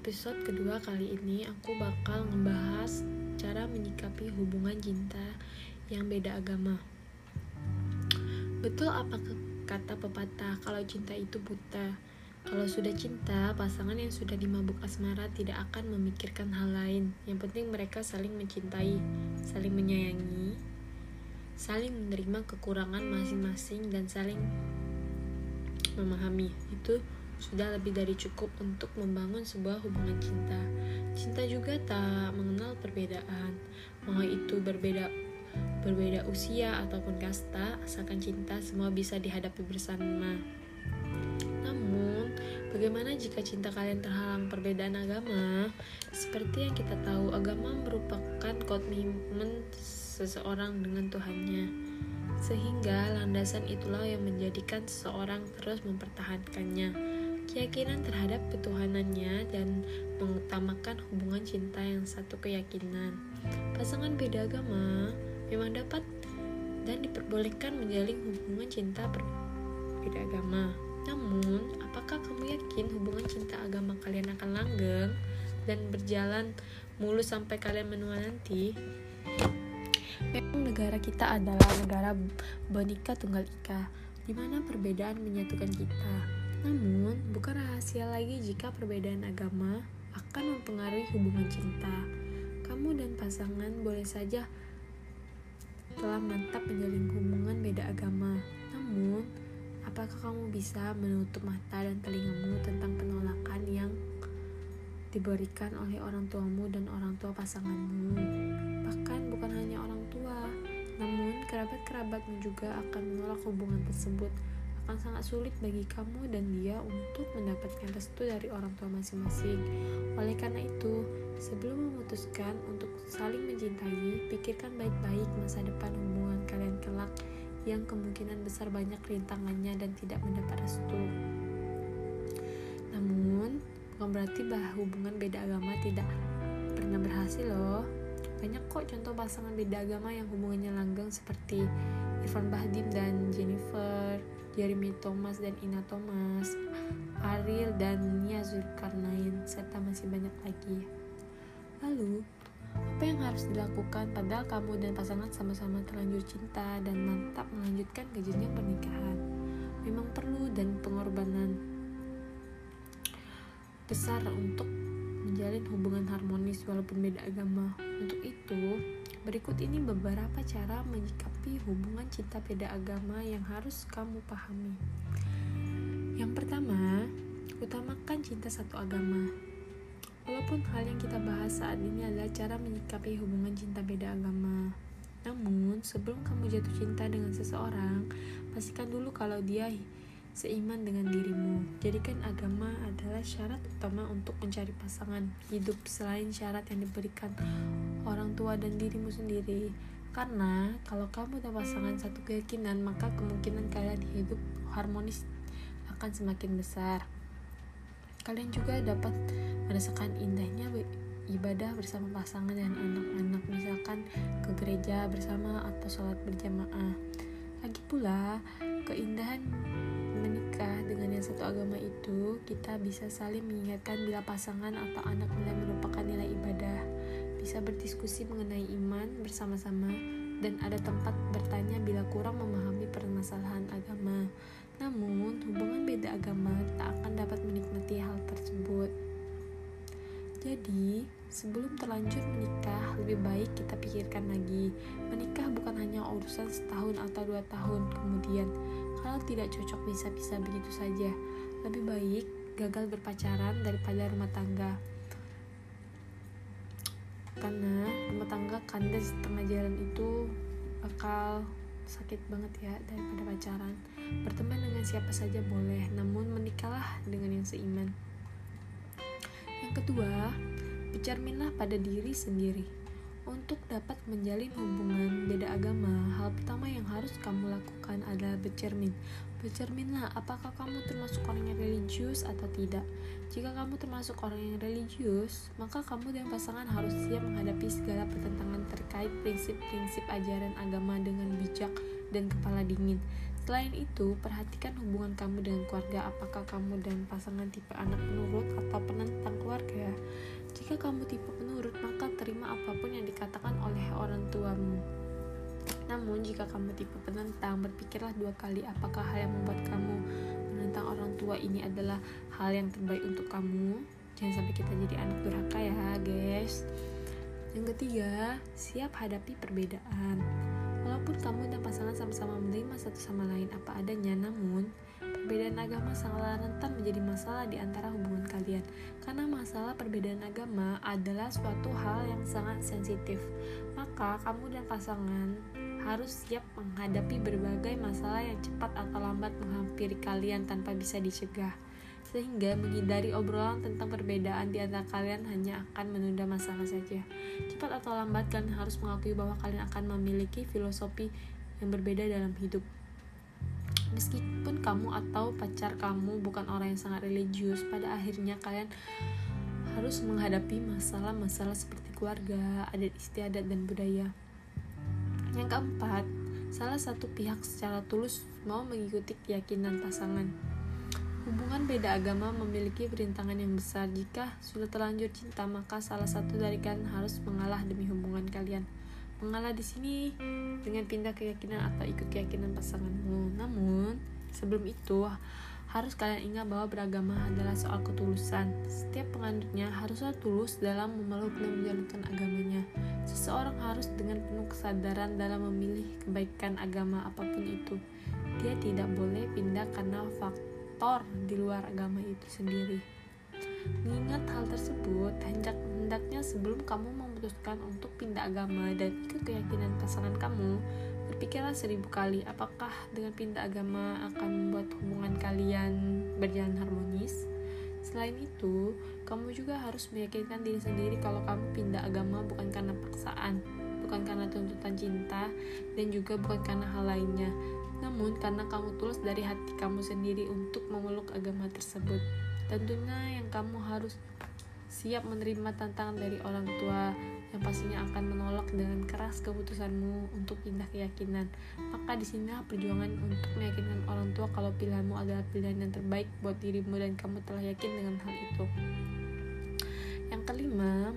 episode kedua kali ini aku bakal ngebahas cara menyikapi hubungan cinta yang beda agama. Betul apa kata pepatah kalau cinta itu buta? Kalau sudah cinta, pasangan yang sudah dimabuk asmara tidak akan memikirkan hal lain. Yang penting mereka saling mencintai, saling menyayangi, saling menerima kekurangan masing-masing dan saling memahami. Itu sudah lebih dari cukup untuk membangun sebuah hubungan cinta. Cinta juga tak mengenal perbedaan, mau itu berbeda usia ataupun kasta, asalkan cinta semua bisa dihadapi bersama. Namun, bagaimana jika cinta kalian terhalang perbedaan agama? Seperti yang kita tahu, agama merupakan komitmen seseorang dengan Tuhannya, sehingga landasan itulah yang menjadikan seseorang terus mempertahankannya, keyakinan terhadap ketuhanannya, dan mengutamakan hubungan cinta yang satu keyakinan. Pasangan beda agama memang dapat dan diperbolehkan menjalin hubungan cinta berbeda agama. Namun, apakah kamu yakin hubungan cinta agama kalian akan langgeng dan berjalan mulus sampai kalian menua nanti? Memang negara kita adalah negara Bhinneka Tunggal Ika, di mana perbedaan menyatukan kita. Namun, bukan rahasia lagi jika perbedaan agama akan mempengaruhi hubungan cinta. Kamu dan pasangan boleh saja telah mantap menjalin hubungan beda agama. Namun, apakah kamu bisa menutup mata dan telingamu tentang penolakan yang diberikan oleh orang tuamu dan orang tua pasanganmu? Bahkan bukan hanya orang tua, namun kerabat-kerabatmu juga akan menolak hubungan tersebut. Akan sangat sulit bagi kamu dan dia untuk mendapatkan restu dari orang tua masing-masing. Oleh karena itu, sebelum memutuskan untuk saling mencintai, pikirkan baik-baik masa depan hubungan kalian kelak yang kemungkinan besar banyak rintangannya dan tidak mendapat restu. Namun, bukan berarti bahwa hubungan beda agama tidak pernah berhasil loh. Banyak kok contoh pasangan beda agama yang hubungannya langgeng seperti Irfan Bahdim dan Jennifer, Jeremy Thomas dan Ina Thomas, Ariel dan Nia Zulkarnain, serta masih banyak lagi. Lalu, apa yang harus dilakukan padahal kamu dan pasangan sama-sama terlanjur cinta dan mantap melanjutkan ke jenjang pernikahan? Memang perlu dan pengorbanan besar untuk menjalin hubungan harmonis walaupun beda agama. Untuk itu, berikut ini beberapa cara menyikapi hubungan cinta beda agama yang harus kamu pahami. Yang pertama, utamakan cinta satu agama. Walaupun hal yang kita bahas saat ini adalah cara menyikapi hubungan cinta beda agama, namun sebelum kamu jatuh cinta dengan seseorang, pastikan dulu kalau dia seiman dengan dirimu. Jadikan agama adalah syarat utama untuk mencari pasangan hidup selain syarat yang diberikan orang tua dan dirimu sendiri. Karena kalau kamu dan pasangan satu keyakinan, maka kemungkinan kalian hidup harmonis akan semakin besar. Kalian juga dapat merasakan indahnya ibadah bersama pasangan dan anak-anak, misalkan ke gereja bersama atau sholat berjamaah. Lagi pula, keindahan menikah dengan yang satu agama itu, kita bisa saling mengingatkan bila pasangan atau anak mulai melupakan nilai ibadah, bisa berdiskusi mengenai iman bersama-sama, dan ada tempat bertanya bila kurang memahami permasalahan agama. Namun, hubungan beda agama tak akan dapat menikmati hal tersebut. Jadi, sebelum terlanjur menikah, lebih baik kita pikirkan lagi. Menikah bukan hanya urusan setahun atau 2 tahun kemudian. Kalau tidak cocok bisa-bisa begitu saja. Lebih baik gagal berpacaran daripada rumah tangga. Karena rumah tangga kandas setengah jalan itu bakal sakit banget ya daripada pacaran. Berteman dengan siapa saja boleh, namun menikahlah dengan yang seiman. Yang kedua, bercerminlah pada diri sendiri. Untuk dapat menjalin hubungan beda agama, hal pertama yang harus kamu lakukan adalah bercermin. Bercerminlah apakah kamu termasuk orang yang religius atau tidak. Jika kamu termasuk orang yang religius, maka kamu dan pasangan harus siap menghadapi segala pertentangan terkait prinsip-prinsip ajaran agama dengan bijak dan kepala dingin. Selain itu, perhatikan hubungan kamu dengan keluarga. Apakah kamu dan pasangan tipe anak penurut atau penentang keluarga? kamu tipe penurut, maka terima apapun yang dikatakan oleh orang tuamu. Namun jika kamu tipe penentang, berpikirlah 2 kali apakah hal yang membuat kamu menentang orang tua ini adalah hal yang terbaik untuk kamu. Jangan sampai kita jadi anak durhaka ya guys. Yang ketiga, siap hadapi perbedaan. Walaupun kamu dan pasangan sama-sama menerima satu sama lain apa adanya, namun perbedaan agama sangatlah rentan menjadi masalah di antara hubungan kalian. Karena masalah perbedaan agama adalah suatu hal yang sangat sensitif. Maka kamu dan pasangan harus siap menghadapi berbagai masalah yang cepat atau lambat menghampiri kalian tanpa bisa dicegah. Sehingga menghindari obrolan tentang perbedaan di antara kalian hanya akan menunda masalah saja. Cepat atau lambat kalian harus mengakui bahwa kalian akan memiliki filosofi yang berbeda dalam hidup. Meskipun kamu atau pacar kamu bukan orang yang sangat religius, pada akhirnya kalian harus menghadapi masalah-masalah seperti keluarga, adat istiadat, dan budaya. Yang keempat, salah satu pihak secara tulus mau mengikuti keyakinan pasangan. Hubungan beda agama memiliki perintangan yang besar. Jika sudah terlanjur cinta, maka salah satu dari kalian harus mengalah demi hubungan kalian. Mengalah di sini dengan pindah keyakinan atau ikut keyakinan pasanganmu. Namun, sebelum itu harus kalian ingat bahwa beragama adalah soal ketulusan. Setiap penganutnya haruslah tulus dalam memeluk dan menjalankan agamanya. Seseorang harus dengan penuh kesadaran dalam memilih kebaikan agama apapun itu. Dia tidak boleh pindah karena faktor di luar agama itu sendiri. Mengingat hal tersebut, hendaknya sebelum kamu memutuskan untuk pindah agama dan ikut keyakinan pasangan kamu, berpikirlah 1000 kali apakah dengan pindah agama akan membuat hubungan kalian berjalan harmonis. Selain itu, kamu juga harus meyakinkan diri sendiri kalau kamu pindah agama bukan karena paksaan, bukan karena tuntutan cinta, dan juga bukan karena hal lainnya, namun karena kamu tulus dari hati kamu sendiri untuk memeluk agama tersebut. Tentunya yang kamu harus siap menerima tantangan dari orang tua yang pastinya akan menolak dengan keras keputusanmu untuk pindah keyakinan. Maka disinilah perjuangan untuk meyakinkan orang tua kalau pilihanmu adalah pilihan yang terbaik buat dirimu dan kamu telah yakin dengan hal itu. Yang kelima,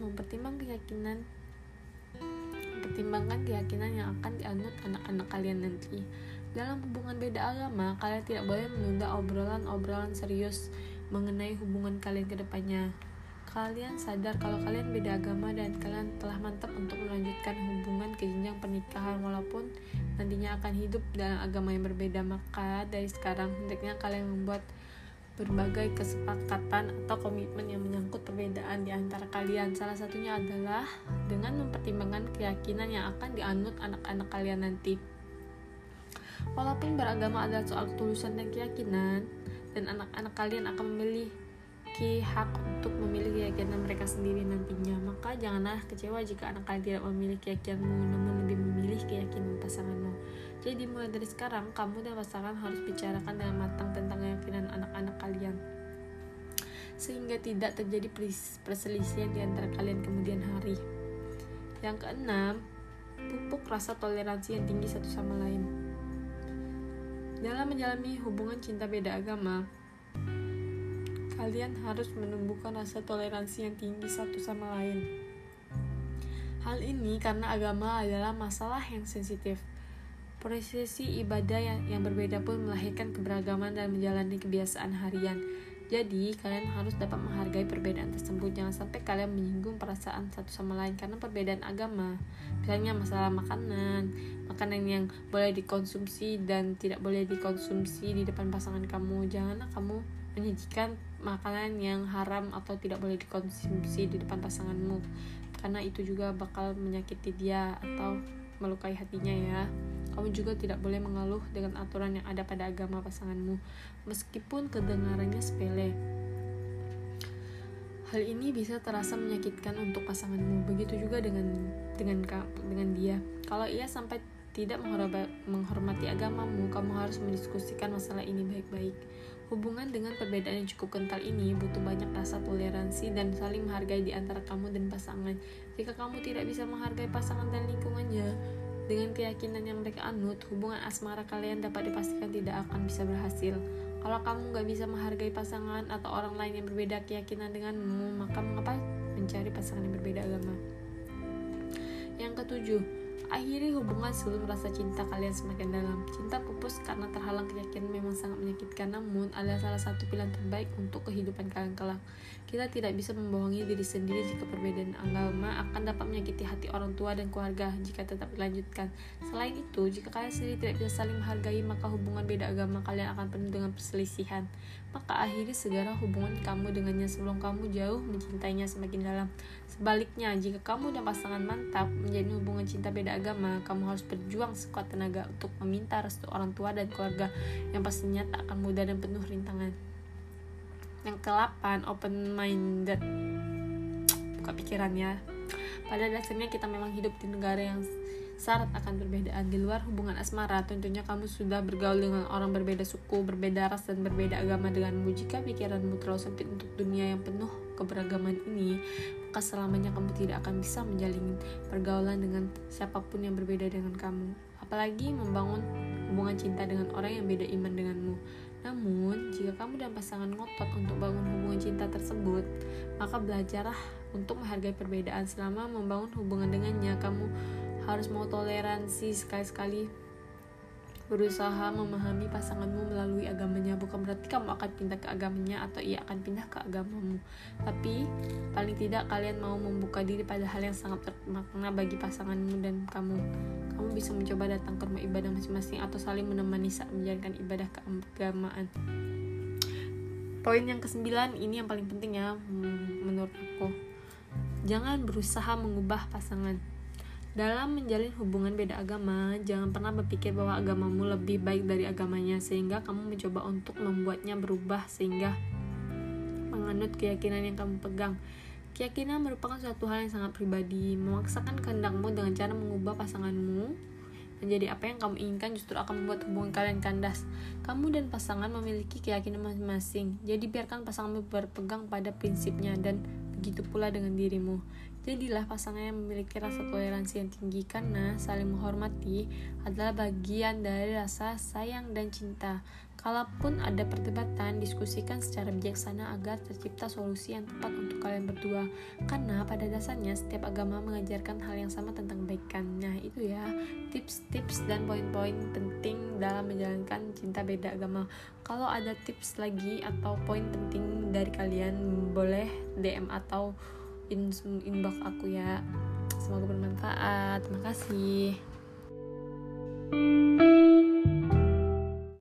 mempertimbangkan keyakinan yang akan dianut anak-anak kalian nanti. Dalam hubungan beda agama, kalian tidak boleh menunda obrolan serius mengenai hubungan kalian ke depannya. Kalian sadar kalau kalian beda agama dan kalian telah mantap untuk melanjutkan hubungan ke jenjang pernikahan walaupun nantinya akan hidup dalam agama yang berbeda. Maka dari sekarang hendaknya kalian membuat berbagai kesepakatan atau komitmen yang menyangkut perbedaan di antara kalian. Salah satunya adalah dengan mempertimbangkan keyakinan yang akan dianut anak-anak kalian nanti. Walaupun beragama adalah soal ketulusan dan keyakinan, dan anak-anak kalian akan memiliki hak untuk memilih keyakinan mereka sendiri nantinya, maka janganlah kecewa jika anak kalian tidak memilih keyakinanmu, namun lebih memilih keyakinan pasanganmu. Jadi mulai dari sekarang, kamu dan pasangan harus bicarakan dengan matang tentang keyakinan anak-anak kalian, sehingga tidak terjadi perselisihan di antara kalian kemudian hari. Yang keenam, pupuk rasa toleransi yang tinggi satu sama lain. Dalam menjalani hubungan cinta beda agama, kalian harus menumbuhkan rasa toleransi yang tinggi satu sama lain. Hal ini karena agama adalah masalah yang sensitif. Prosesi ibadah yang berbeda pun melahirkan keberagaman dan menjalani kebiasaan harian. Jadi, kalian harus dapat menghargai perbedaan tersebut. Jangan sampai kalian menyinggung perasaan satu sama lain karena perbedaan agama. Misalnya masalah makanan yang boleh dikonsumsi dan tidak boleh dikonsumsi di depan pasangan kamu. Janganlah kamu menyajikan makanan yang haram atau tidak boleh dikonsumsi di depan pasanganmu, karena itu juga bakal menyakiti dia atau melukai hatinya ya. Kamu juga tidak boleh mengeluh dengan aturan yang ada pada agama pasanganmu, meskipun kedengarannya sepele. Hal ini bisa terasa menyakitkan untuk pasanganmu. Begitu juga dengan dia. Kalau ia sampai tidak menghormati agamamu, kamu harus mendiskusikan masalah ini baik-baik. Hubungan dengan perbedaan yang cukup kental ini butuh banyak rasa toleransi dan saling menghargai di antara kamu dan pasangan. Jika kamu tidak bisa menghargai pasangan dan lingkungannya dengan keyakinan yang mereka anut, hubungan asmara kalian dapat dipastikan tidak akan bisa berhasil. Kalau kamu gak bisa menghargai pasangan atau orang lain yang berbeda keyakinan denganmu, maka mengapa mencari pasangan yang berbeda agama. Yang ketujuh, akhiri hubungan sebelum rasa cinta kalian semakin dalam. Cinta pupus karena terhalang keyakinan memang sangat menyakitkan, namun adalah salah satu pilihan terbaik untuk kehidupan kalian kelak. Kita tidak bisa membohongi diri sendiri jika perbedaan agama akan dapat menyakiti hati orang tua dan keluarga jika tetap dilanjutkan. Selain itu, jika kalian sendiri tidak bisa saling menghargai, maka hubungan beda agama kalian akan penuh dengan perselisihan. Maka akhiri segera hubungan kamu dengannya sebelum kamu jauh mencintainya semakin dalam. Sebaliknya, jika kamu dan pasangan mantap menjalin hubungan cinta beda agama, kamu harus berjuang sekuat tenaga untuk meminta restu orang tua dan keluarga yang pastinya tak akan mudah dan penuh rintangan. Yang ke-8, open-minded. Buka pikirannya. Pada dasarnya kita memang hidup di negara yang syarat akan perbedaan. Di luar hubungan asmara, tentunya kamu sudah bergaul dengan orang berbeda suku, berbeda ras, dan berbeda agama denganmu. Jika pikiranmu terlalu sempit untuk dunia yang penuh keberagaman ini, maka selamanya kamu tidak akan bisa menjalin pergaulan dengan siapapun yang berbeda dengan kamu, apalagi membangun hubungan cinta dengan orang yang beda iman denganmu. Namun, jika kamu dan pasangan ngotot untuk bangun hubungan cinta tersebut, maka belajarlah untuk menghargai perbedaan. Selama membangun hubungan dengannya, kamu harus mau toleransi, sekali-sekali berusaha memahami pasanganmu melalui agamanya. Bukan berarti kamu akan pindah ke agamanya atau ia akan pindah ke agamamu, tapi paling tidak kalian mau membuka diri pada hal yang sangat bermakna bagi pasanganmu dan kamu. Kamu bisa mencoba datang ke rumah ibadah masing-masing atau saling menemani saat menjalankan ibadah keagamaan. Poin yang ke-9 ini yang paling penting ya menurut aku. Jangan berusaha mengubah pasangan. Dalam menjalin hubungan beda agama, jangan pernah berpikir bahwa agamamu lebih baik dari agamanya, sehingga kamu mencoba untuk membuatnya berubah sehingga menganut keyakinan yang kamu pegang. Keyakinan merupakan suatu hal yang sangat pribadi. Memaksakan kehendakmu dengan cara mengubah pasanganmu menjadi apa yang kamu inginkan justru akan membuat hubungan kalian kandas. Kamu dan pasangan memiliki keyakinan masing-masing, jadi biarkan pasanganmu berpegang pada prinsipnya, dan begitu pula dengan dirimu. Jadilah pasangan yang memiliki rasa toleransi yang tinggi, karena saling menghormati adalah bagian dari rasa sayang dan cinta. Kalaupun ada perdebatan, diskusikan secara bijaksana agar tercipta solusi yang tepat untuk kalian berdua. Karena pada dasarnya setiap agama mengajarkan hal yang sama tentang kebaikan. Nah, itu ya tips-tips dan poin-poin penting dalam menjalankan cinta beda agama. Kalau ada tips lagi atau poin penting dari kalian, boleh DM atau inbox aku ya. Semoga bermanfaat. Terima kasih.